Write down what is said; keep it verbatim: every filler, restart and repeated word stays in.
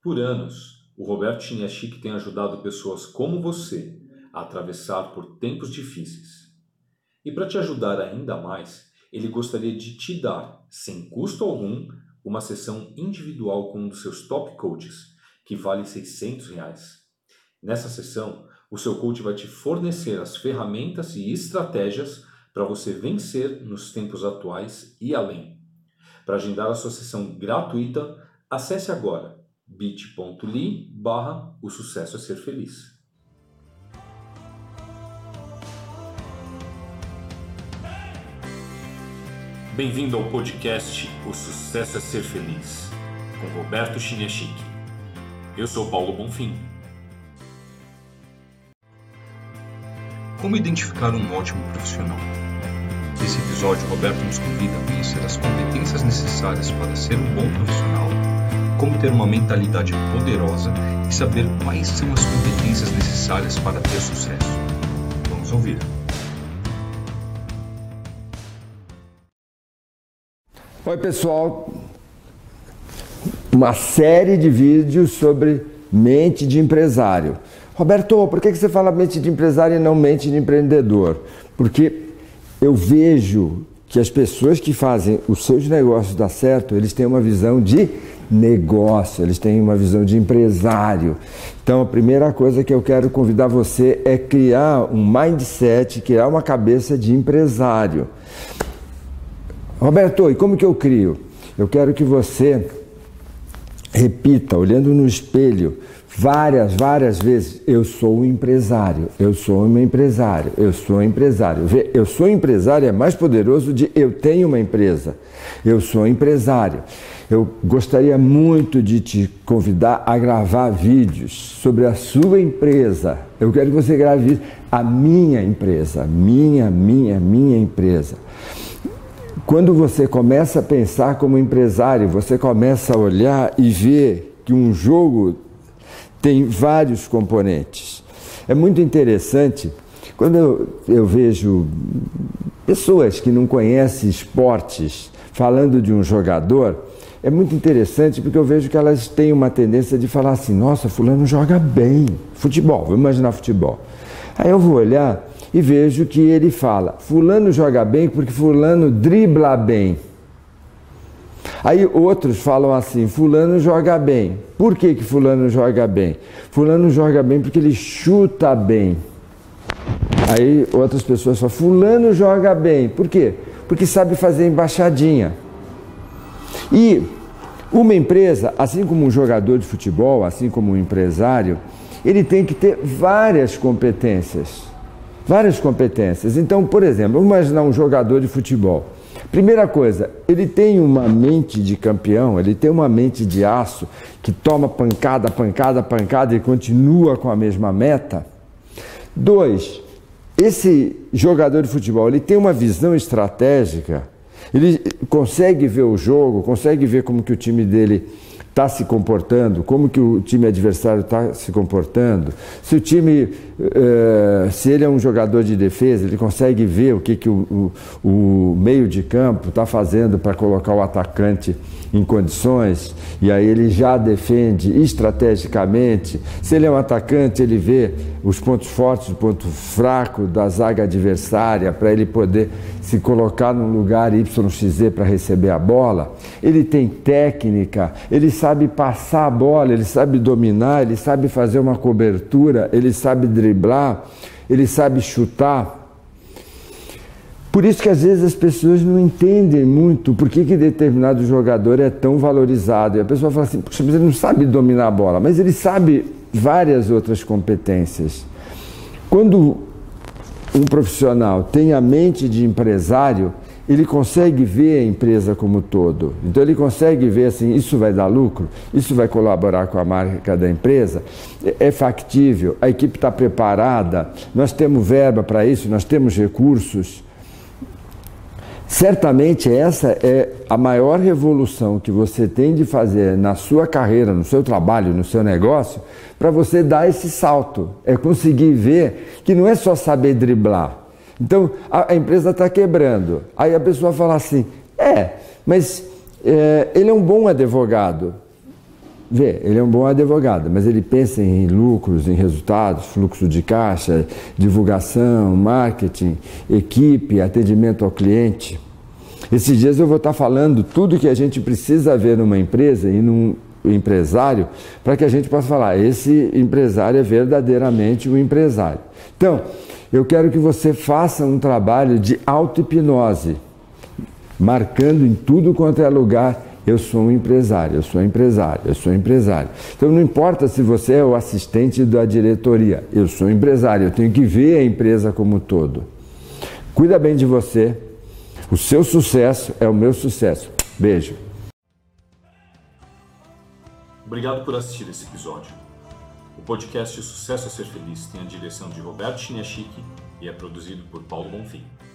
Por anos, o Roberto Chiniachik tem ajudado pessoas como você a atravessar por tempos difíceis. E para te ajudar ainda mais, ele gostaria de te dar, sem custo algum, uma sessão individual com um dos seus top coaches, que vale seiscentos reais. Nessa sessão, o seu coach vai te fornecer as ferramentas e estratégias para você vencer nos tempos atuais e além. Para agendar a sua sessão gratuita, acesse agora bit.ly barra o sucesso é ser feliz. Bem-vindo ao podcast O Sucesso é Ser Feliz, com Roberto Chiniachik. Eu sou Paulo Bonfim. Como identificar um ótimo profissional? Nesse episódio, Roberto nos convida a conhecer as competências necessárias para ser um bom profissional, como ter uma mentalidade poderosa e saber quais são as competências necessárias para ter sucesso. Vamos ouvir. Oi pessoal, uma série de vídeos sobre mente de empresário. Roberto, por que você fala mente de empresário e não mente de empreendedor? Porque eu vejo que as pessoas que fazem os seus negócios dar certo, eles têm uma visão de negócio, eles têm uma visão de empresário. Então a primeira coisa que eu quero convidar você é criar um mindset, criar uma cabeça de empresário. Roberto, e como que eu crio? Eu quero que você repita, olhando no espelho, várias, várias vezes, eu sou um empresário, eu sou um empresário, eu sou um empresário. Eu sou empresário é mais poderoso de eu tenho uma empresa, eu sou empresário. Eu gostaria muito de te convidar a gravar vídeos sobre a sua empresa. Eu quero que você grave a minha empresa, minha, minha, minha empresa. Quando você começa a pensar como empresário, você começa a olhar e ver que um jogo tem vários componentes. É muito interessante, quando eu, eu vejo pessoas que não conhecem esportes falando de um jogador, é muito interessante porque eu vejo que elas têm uma tendência de falar assim, nossa, fulano joga bem, futebol, vou imaginar futebol. Aí eu vou olhar e vejo que ele fala, fulano joga bem porque fulano dribla bem. Aí outros falam assim, fulano joga bem. Por que que fulano joga bem? Fulano joga bem porque ele chuta bem. Aí outras pessoas falam, fulano joga bem. Por quê? Porque sabe fazer embaixadinha. E uma empresa, assim como um jogador de futebol, assim como um empresário, ele tem que ter várias competências. Várias competências. Então, por exemplo, vamos imaginar um jogador de futebol. Primeira coisa, ele tem uma mente de campeão, ele tem uma mente de aço que toma pancada, pancada, pancada e continua com a mesma meta. Dois, esse jogador de futebol, ele tem uma visão estratégica, ele consegue ver o jogo, consegue ver como que o time dele está se comportando, como que o time adversário está se comportando. Se o time, uh, se ele é um jogador de defesa, ele consegue ver o que, que o, o, o meio de campo está fazendo para colocar o atacante em condições, e aí ele já defende estrategicamente. Se ele é um atacante, ele vê os pontos fortes, o ponto fraco da zaga adversária, para ele poder se colocar num lugar Y X Z para receber a bola. Ele tem técnica, ele sabe passar a bola, ele sabe dominar, ele sabe fazer uma cobertura, ele sabe driblar, ele sabe chutar. Por isso que às vezes as pessoas não entendem muito por que que determinado jogador é tão valorizado. E a pessoa fala assim, poxa, mas ele não sabe dominar a bola, mas ele sabe várias outras competências. Quando um profissional tem a mente de empresário, ele consegue ver a empresa como um todo. Então ele consegue ver assim, isso vai dar lucro, isso vai colaborar com a marca da empresa, é factível, a equipe está preparada, nós temos verba para isso, nós temos recursos. Certamente essa é a maior revolução que você tem de fazer na sua carreira, no seu trabalho, no seu negócio, para você dar esse salto. É conseguir ver que não é só saber driblar. Então, a, a empresa está quebrando. Aí a pessoa fala assim, é, mas é, ele é um bom advogado. Vê, ele é um bom advogado, mas ele pensa em lucros, em resultados, fluxo de caixa, divulgação, marketing, equipe, atendimento ao cliente. Esses dias eu vou estar falando tudo que a gente precisa ver numa empresa e num empresário para que a gente possa falar, esse empresário é verdadeiramente um empresário. Então, eu quero que você faça um trabalho de auto-hipnose, marcando em tudo quanto é lugar, eu sou um empresário, eu sou empresário, eu sou empresário. Então não importa se você é o assistente da diretoria, eu sou empresário, eu tenho que ver a empresa como um todo. Cuida bem de você, o seu sucesso é o meu sucesso. Beijo. Obrigado por assistir esse episódio. O podcast Sucesso a Ser Feliz tem a direção de Roberto Chiniachik e é produzido por Paulo Bonfim.